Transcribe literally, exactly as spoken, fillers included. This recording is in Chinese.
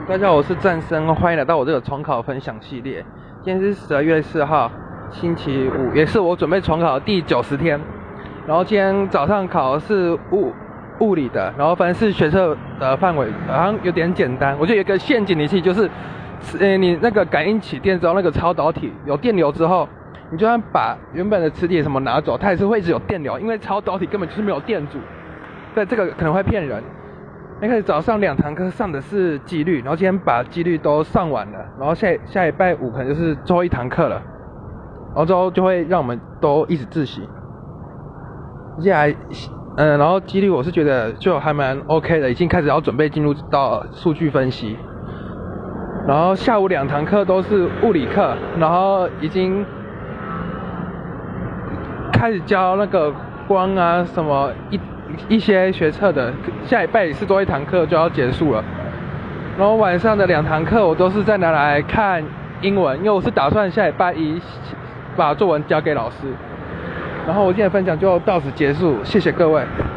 大家好，我是战生，欢迎来到我这个重考分享系列。今天是十二月四号，星期五，也是我准备重考的第九十天。然后今天早上考的是物物理的，然后反正是学测的范围，好像有点简单。我觉得有一个陷阱题，就是呃你那个感应起电之后，那个超导体有电流之后，你就算把原本的磁铁什么拿走，它也是会一直有电流，因为超导体根本就是没有电阻。对，这个可能会骗人。一开始早上两堂课上的是几率，然后今天把几率都上完了，然后下下礼拜五可能就是最后一堂课了，然后之后就会让我们都一直自习。接下来，嗯，然后几率我是觉得就还蛮 OK 的，已经开始要准备进入到数据分析。然后下午两堂课都是物理课，然后已经开始教那个光啊什么一。一些学测的，下礼拜也是多一堂课就要结束了。然后晚上的两堂课我都是在拿来看英文，因为我是打算下礼拜一把作文交给老师。然后我今天的分享就到此结束，谢谢各位。